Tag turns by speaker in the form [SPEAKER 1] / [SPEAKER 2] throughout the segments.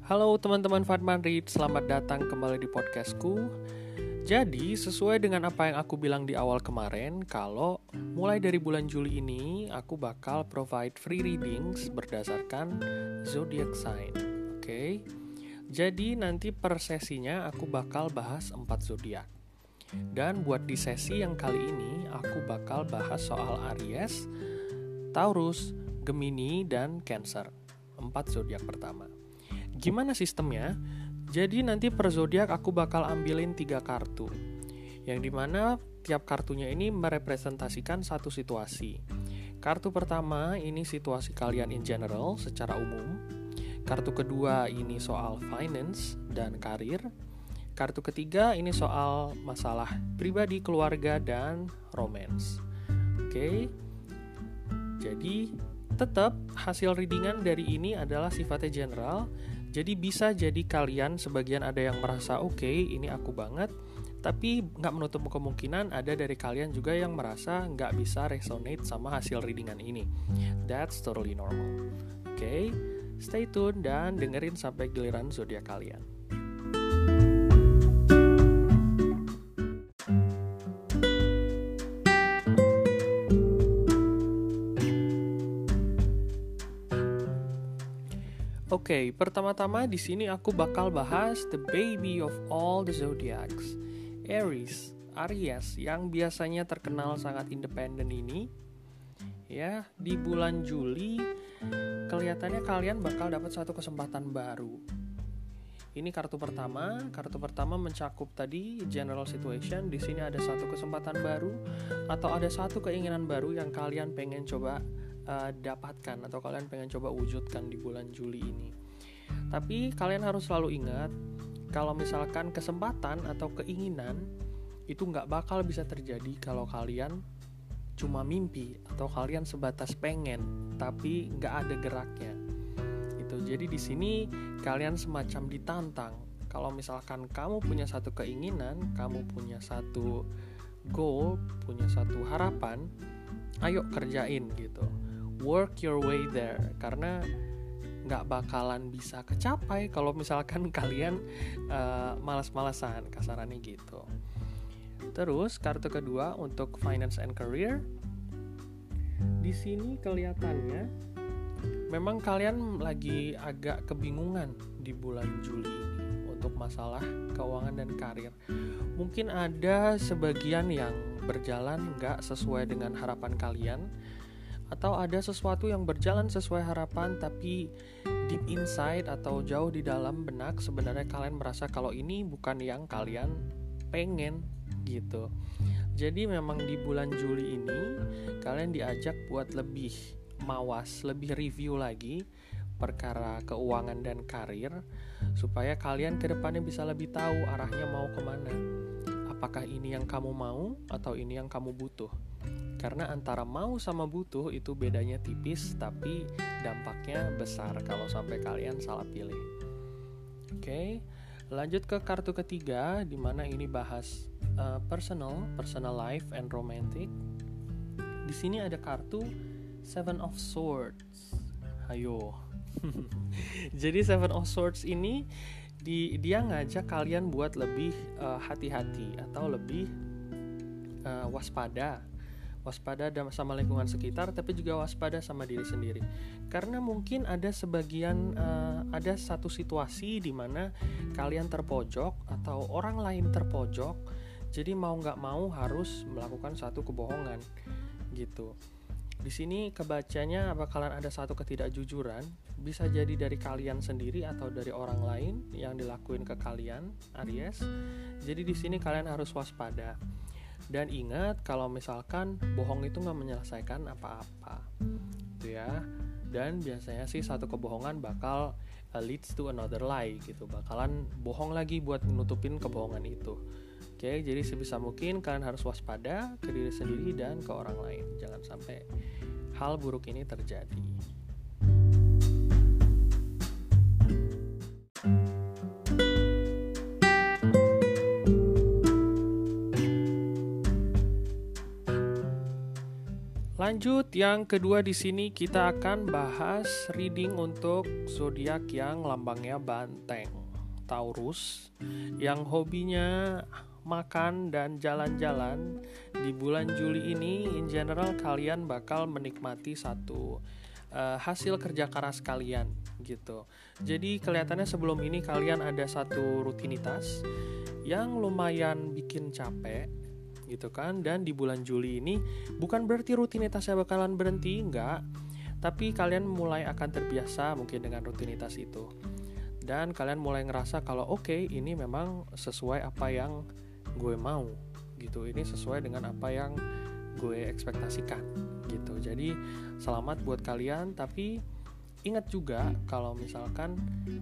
[SPEAKER 1] Halo teman-teman Fatman Read, selamat datang kembali di podcastku. Jadi sesuai dengan apa yang aku bilang di awal kemarin, kalau mulai dari bulan Juli ini aku bakal provide free readings berdasarkan zodiac sign. Oke. Jadi nanti per sesinya aku bakal bahas 4 zodiak. Dan buat di sesi yang kali ini aku bakal bahas soal Aries, Taurus, Gemini, dan Cancer. 4 zodiak pertama. Gimana sistemnya? Jadi nanti per zodiak aku bakal ambilin 3 kartu, yang dimana tiap kartunya ini merepresentasikan satu situasi. Kartu pertama ini situasi kalian in general secara umum. Kartu kedua ini soal finance dan karir. Kartu ketiga ini soal masalah pribadi, keluarga, dan romance. Oke. Jadi tetap hasil readingan dari ini adalah sifatnya general. Jadi bisa jadi kalian sebagian ada yang merasa oke, ini aku banget, tapi nggak menutup kemungkinan ada dari kalian juga yang merasa nggak bisa resonate sama hasil readingan ini. That's totally normal. Oke, stay tune dan dengerin sampai giliran zodiak kalian. Oke, pertama-tama di sini aku bakal bahas the baby of all the zodiacs, Aries yang biasanya terkenal sangat independen ini. Ya, di bulan Juli kelihatannya kalian bakal dapat satu kesempatan baru. Ini kartu pertama mencakup tadi general situation. Di sini ada satu kesempatan baru atau ada satu keinginan baru yang kalian pengen coba dapatkan atau kalian pengen coba wujudkan di bulan Juli ini. Tapi kalian harus selalu ingat kalau misalkan kesempatan atau keinginan itu nggak bakal bisa terjadi kalau kalian cuma mimpi atau kalian sebatas pengen tapi nggak ada geraknya. Itu jadi di sini kalian semacam ditantang. Kalau misalkan kamu punya satu keinginan, kamu punya satu goal, punya satu harapan, ayo kerjain gitu. Work your way there, karena nggak bakalan bisa kecapai kalau misalkan kalian malas-malasan, kasarannya gitu. Terus kartu kedua untuk finance and career. Di sini kelihatannya memang kalian lagi agak kebingungan di bulan Juli ini untuk masalah keuangan dan karir. Mungkin ada sebagian yang berjalan nggak sesuai dengan harapan kalian, atau ada sesuatu yang berjalan sesuai harapan tapi deep inside atau jauh di dalam benak sebenarnya kalian merasa kalau ini bukan yang kalian pengen gitu. Jadi memang di bulan Juli ini kalian diajak buat lebih mawas, lebih review lagi perkara keuangan dan karir supaya kalian ke depannya bisa lebih tahu arahnya mau kemana. Apakah ini yang kamu mau atau ini yang kamu butuh? Karena antara mau sama butuh itu bedanya tipis, tapi dampaknya besar kalau sampai kalian salah pilih. Oke, lanjut ke kartu ketiga, di mana ini bahas personal life and romantic. Di sini ada kartu Seven of Swords. Ayo. Jadi Seven of Swords ini dia ngajak kalian buat lebih hati-hati atau lebih waspada sama lingkungan sekitar, tapi juga waspada sama diri sendiri. Karena mungkin ada sebagian ada satu situasi di mana kalian terpojok atau orang lain terpojok, jadi mau nggak mau harus melakukan satu kebohongan gitu. Di sini kebacanya bakalan ada satu ketidakjujuran, bisa jadi dari kalian sendiri atau dari orang lain yang dilakuin ke kalian, Aries. Jadi di sini kalian harus waspada. Dan ingat kalau misalkan bohong itu nggak menyelesaikan apa-apa, gitu ya. Dan biasanya sih satu kebohongan bakal leads to another lie gitu, bakalan bohong lagi buat nutupin kebohongan itu. Oke, jadi sebisa mungkin kalian harus waspada ke diri sendiri dan ke orang lain. Jangan sampai hal buruk ini terjadi. Lanjut, yang kedua di sini kita akan bahas reading untuk zodiak yang lambangnya banteng, Taurus, yang hobinya makan dan jalan-jalan. Di bulan Juli ini, in general kalian bakal menikmati satu hasil kerja keras kalian gitu. Jadi kelihatannya sebelum ini kalian ada satu rutinitas yang lumayan bikin capek gitu kan, dan di bulan Juli ini bukan berarti rutinitasnya bakalan berhenti, enggak, tapi kalian mulai akan terbiasa mungkin dengan rutinitas itu, dan kalian mulai ngerasa kalau oke, ini memang sesuai apa yang gue mau gitu, ini sesuai dengan apa yang gue ekspektasikan gitu. Jadi selamat buat kalian, tapi ingat juga kalau misalkan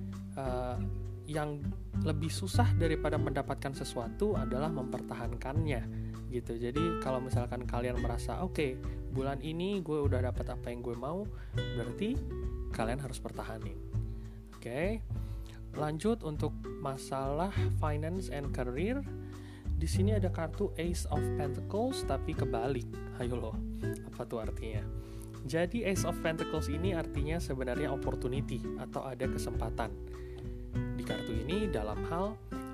[SPEAKER 1] yang lebih susah daripada mendapatkan sesuatu adalah mempertahankannya gitu. Jadi kalau misalkan kalian merasa oke, bulan ini gue udah dapat apa yang gue mau, berarti kalian harus pertahanin. Oke. Lanjut untuk masalah finance and career. Di sini ada kartu Ace of Pentacles tapi kebalik. Ayo loh, apa tuh artinya? Jadi Ace of Pentacles ini artinya sebenarnya opportunity atau ada kesempatan. Di kartu ini dalam hal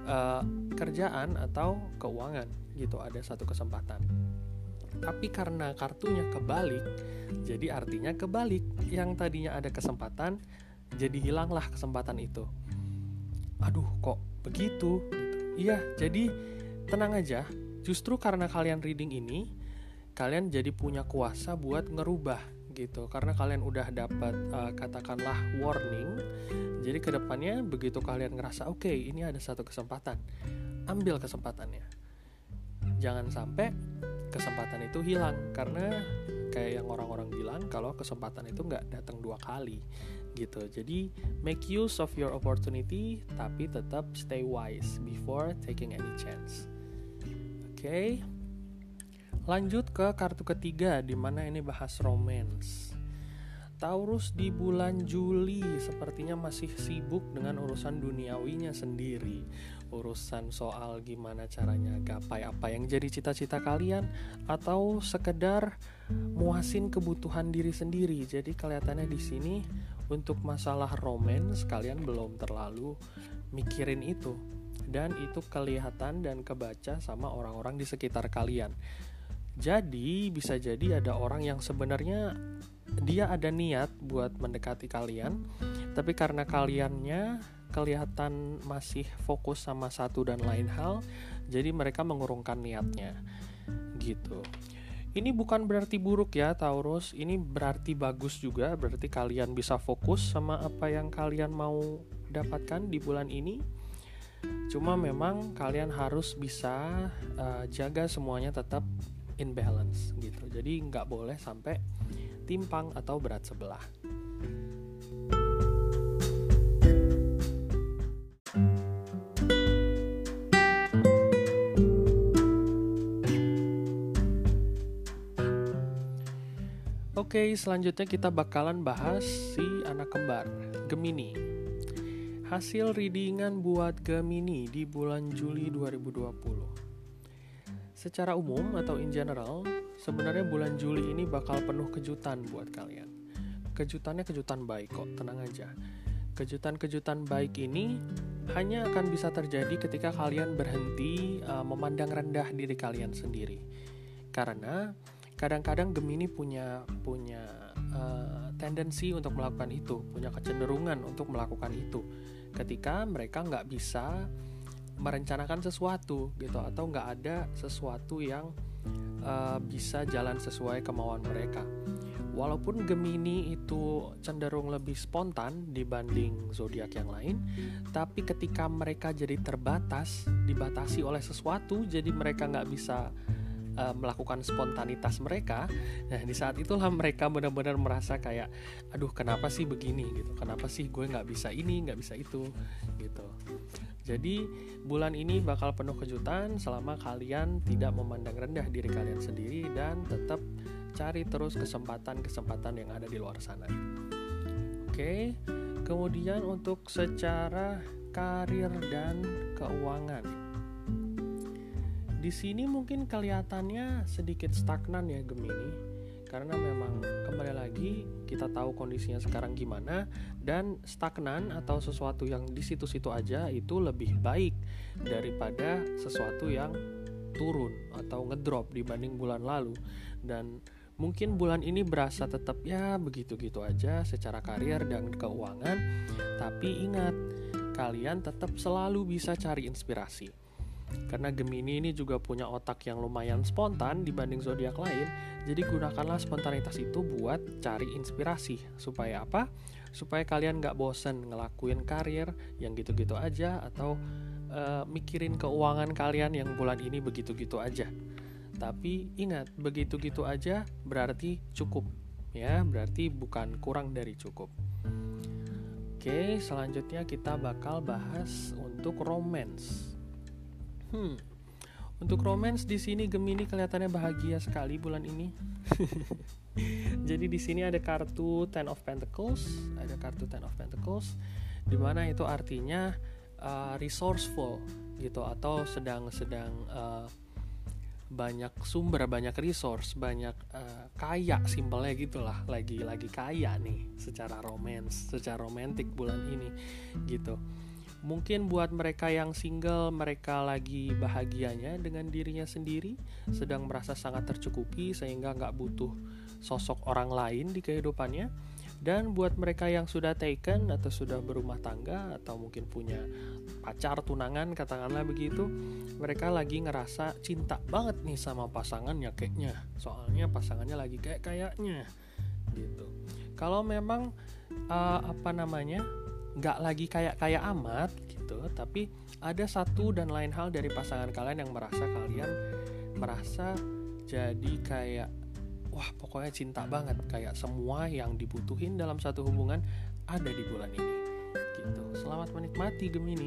[SPEAKER 1] kerjaan atau keuangan gitu, ada satu kesempatan. Tapi karena kartunya kebalik, jadi artinya kebalik. Yang tadinya ada kesempatan, jadi hilanglah kesempatan itu. Aduh, kok begitu? Gitu. Iya, jadi tenang aja. Justru karena kalian reading ini, kalian jadi punya kuasa buat ngerubah gitu. Karena kalian udah dapat katakanlah warning. Jadi kedepannya begitu kalian ngerasa oke, ini ada satu kesempatan, ambil kesempatannya. Jangan sampai kesempatan itu hilang, karena kayak yang orang-orang bilang kalau kesempatan itu nggak datang 2 kali gitu. Jadi make use of your opportunity, tapi tetap stay wise before taking any chance. Oke. Lanjut ke kartu ketiga, di mana ini bahas romance. Taurus di bulan Juli sepertinya masih sibuk dengan urusan duniawinya sendiri. Urusan soal gimana caranya gapai apa yang jadi cita-cita kalian, atau sekedar muasin kebutuhan diri sendiri. Jadi kelihatannya di sini untuk masalah romance kalian belum terlalu mikirin itu. Dan itu kelihatan dan kebaca sama orang-orang di sekitar kalian. Jadi bisa jadi ada orang yang sebenarnya dia ada niat buat mendekati kalian, tapi karena kaliannya kelihatan masih fokus sama satu dan lain hal, jadi mereka mengurungkan niatnya gitu. Ini bukan berarti buruk ya Taurus, ini berarti bagus juga, berarti kalian bisa fokus sama apa yang kalian mau dapatkan di bulan ini. Cuma memang kalian harus bisa jaga semuanya tetap in balance gitu. Jadi nggak boleh sampai timpang atau berat sebelah. Oke, selanjutnya kita bakalan bahas si anak kembar, Gemini. Hasil readingan buat Gemini di bulan Juli 2020. Secara umum atau in general, sebenarnya bulan Juli ini bakal penuh kejutan buat kalian. Kejutannya kejutan baik kok, tenang aja. Kejutan-kejutan baik ini hanya akan bisa terjadi ketika kalian berhenti memandang rendah diri kalian sendiri. Karena kadang-kadang Gemini punya tendensi untuk melakukan itu, punya kecenderungan untuk melakukan itu. Ketika mereka nggak bisa merencanakan sesuatu gitu, atau nggak ada sesuatu yang bisa jalan sesuai kemauan mereka. Walaupun Gemini itu cenderung lebih spontan dibanding zodiak yang lain, tapi ketika mereka jadi dibatasi oleh sesuatu, jadi mereka nggak bisa melakukan spontanitas mereka. Nah, di saat itulah mereka benar-benar merasa kayak, aduh kenapa sih begini gitu, kenapa sih gue nggak bisa ini, nggak bisa itu gitu. Jadi bulan ini bakal penuh kejutan selama kalian tidak memandang rendah diri kalian sendiri dan tetap cari terus kesempatan-kesempatan yang ada di luar sana. Oke, kemudian untuk secara karir dan keuangan. Di sini mungkin kelihatannya sedikit stagnan ya Gemini, Karena memang kembali lagi kita tahu kondisinya sekarang gimana, dan stagnan atau sesuatu yang di situ-situ aja itu lebih baik daripada sesuatu yang turun atau ngedrop dibanding bulan lalu. Dan mungkin bulan ini berasa tetap ya begitu-gitu aja secara karir dan keuangan, tapi ingat, kalian tetap selalu bisa cari inspirasi. Karena Gemini ini juga punya otak yang lumayan spontan dibanding zodiak lain, jadi gunakanlah spontanitas itu buat cari inspirasi. Supaya apa? Supaya kalian gak bosen ngelakuin karir yang gitu-gitu aja, atau mikirin keuangan kalian yang bulan ini begitu-gitu aja. Tapi ingat, begitu-gitu aja berarti cukup, ya, berarti bukan kurang dari cukup. Oke, selanjutnya kita bakal bahas untuk romance. Untuk romance di sini Gemini kelihatannya bahagia sekali bulan ini. Jadi di sini ada kartu Ten of Pentacles, di mana itu artinya resourceful gitu, atau sedang banyak sumber, banyak resource, banyak kaya, simpelnya gitulah, lagi kaya nih secara romance, secara romantik bulan ini gitu. Mungkin buat mereka yang single, mereka lagi bahagianya dengan dirinya sendiri, sedang merasa sangat tercukupi sehingga gak butuh sosok orang lain di kehidupannya. Dan buat mereka yang sudah taken atau sudah berumah tangga atau mungkin punya pacar, tunangan, katakanlah begitu, mereka lagi ngerasa cinta banget nih sama pasangannya kayaknya, soalnya pasangannya lagi kayaknya gitu. Kalau memang nggak lagi kayak amat gitu, tapi ada satu dan lain hal dari pasangan kalian yang kalian merasa jadi kayak wah pokoknya cinta banget, kayak semua yang dibutuhin dalam satu hubungan ada di bulan ini gitu. Selamat menikmati Gemini.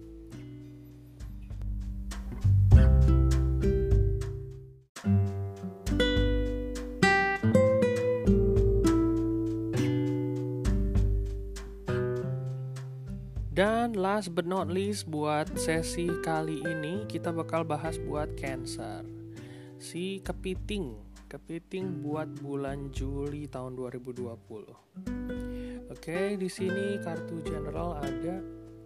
[SPEAKER 1] Dan last but not least, buat sesi kali ini kita bakal bahas buat Cancer. Si kepiting buat bulan Juli tahun 2020. Oke, di sini kartu general ada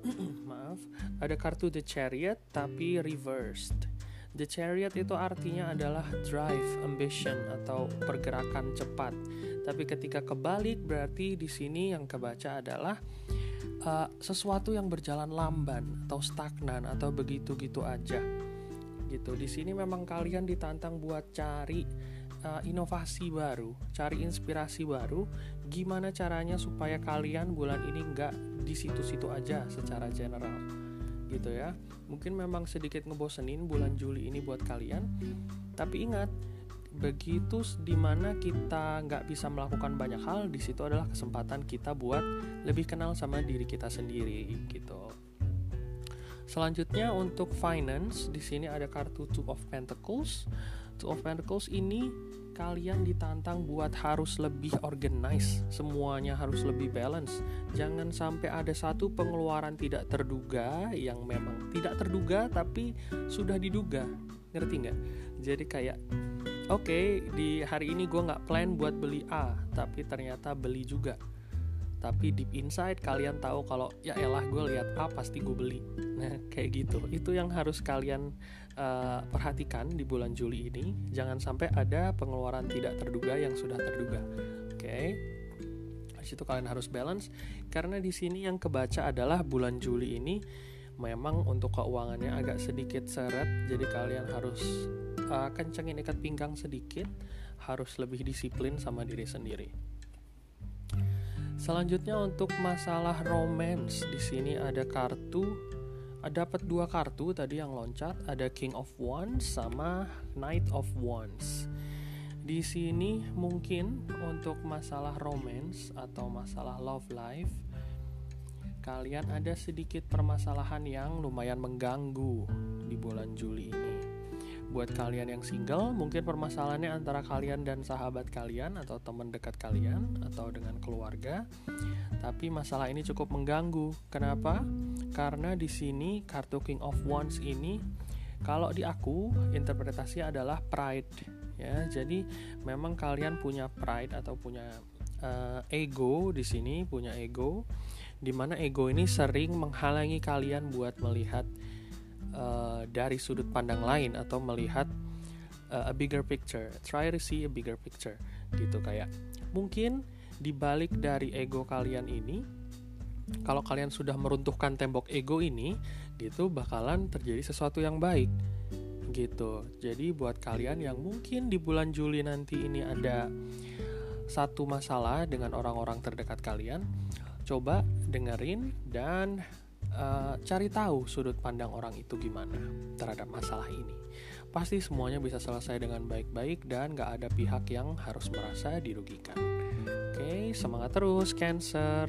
[SPEAKER 1] ada kartu The Chariot tapi reversed. The Chariot itu artinya adalah drive, ambition atau pergerakan cepat. Tapi ketika kebalik berarti di sini yang kebaca adalah sesuatu yang berjalan lamban atau stagnan atau begitu-gitu aja gitu. Di sini memang kalian ditantang buat cari inovasi baru, cari inspirasi baru. Gimana caranya supaya kalian bulan ini nggak di situ-situ aja secara general gitu ya. Mungkin memang sedikit ngebosenin bulan Juli ini buat kalian, tapi ingat, begitu dimana kita nggak bisa melakukan banyak hal, di situ adalah kesempatan kita buat lebih kenal sama diri kita sendiri gitu. Selanjutnya untuk finance, di sini ada kartu Two of Pentacles. Two of Pentacles ini kalian ditantang buat harus lebih organize, semuanya harus lebih balance. Jangan sampai ada satu pengeluaran tidak terduga yang memang tidak terduga tapi sudah diduga. Ngerti nggak? Jadi kayak Oke, di hari ini gue gak plan buat beli A, tapi ternyata beli juga. Tapi deep inside kalian tahu kalau ya elah gue lihat A pasti gue beli. Nah kayak gitu. Itu yang harus kalian perhatikan di bulan Juli ini. Jangan sampai ada pengeluaran tidak terduga yang sudah terduga. Oke. Di situ kalian harus balance. Karena di sini yang kebaca adalah bulan Juli ini memang untuk keuangannya agak sedikit seret. Jadi kalian harus kencengin ikat pinggang sedikit, harus lebih disiplin sama diri sendiri. Selanjutnya untuk masalah romance, di sini ada dapat 2 kartu tadi yang loncat, ada King of Wands sama Knight of Wands. Di sini mungkin untuk masalah romance atau masalah love life, kalian ada sedikit permasalahan yang lumayan mengganggu di bulan Juli ini. Buat kalian yang single, mungkin permasalahannya antara kalian dan sahabat kalian atau teman dekat kalian atau dengan keluarga. Tapi masalah ini cukup mengganggu. Kenapa? Karena di sini kartu King of Wands ini, kalau di aku interpretasinya adalah pride, ya. Jadi memang kalian punya pride atau punya ego di sini, punya ego, di mana ego ini sering menghalangi kalian buat melihat dari sudut pandang lain atau melihat a bigger picture. Try to see a bigger picture gitu. Kayak mungkin di balik dari ego kalian ini, kalau kalian sudah meruntuhkan tembok ego ini gitu, bakalan terjadi sesuatu yang baik gitu. Jadi buat kalian yang mungkin di bulan Juli nanti ini ada satu masalah dengan orang-orang terdekat kalian, coba dengerin dan cari tahu sudut pandang orang itu gimana terhadap masalah ini. Pasti semuanya bisa selesai dengan baik-baik dan gak ada pihak yang harus merasa dirugikan. Oke, semangat terus Cancer.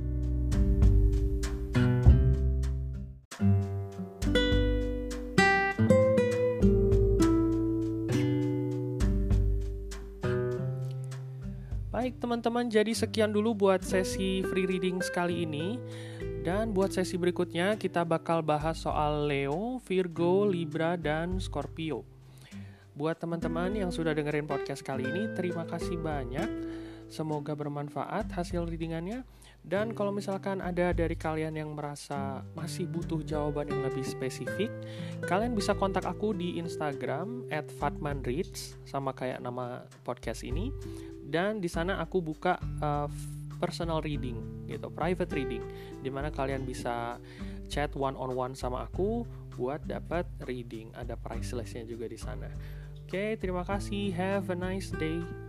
[SPEAKER 1] Baik teman-teman, jadi sekian dulu buat sesi free reading sekali ini. Dan buat sesi berikutnya kita bakal bahas soal Leo, Virgo, Libra, dan Scorpio. Buat teman-teman yang sudah dengerin podcast kali ini, terima kasih banyak. Semoga bermanfaat hasil readingannya. Dan kalau misalkan ada dari kalian yang merasa masih butuh jawaban yang lebih spesifik, kalian bisa kontak aku di Instagram @fatmanreads, sama kayak nama podcast ini. Dan di sana aku buka personal reading gitu, private reading, dimana kalian bisa chat one-on-one sama aku buat dapat reading. Ada price listnya juga di sana. Oke, terima kasih. Have a nice day.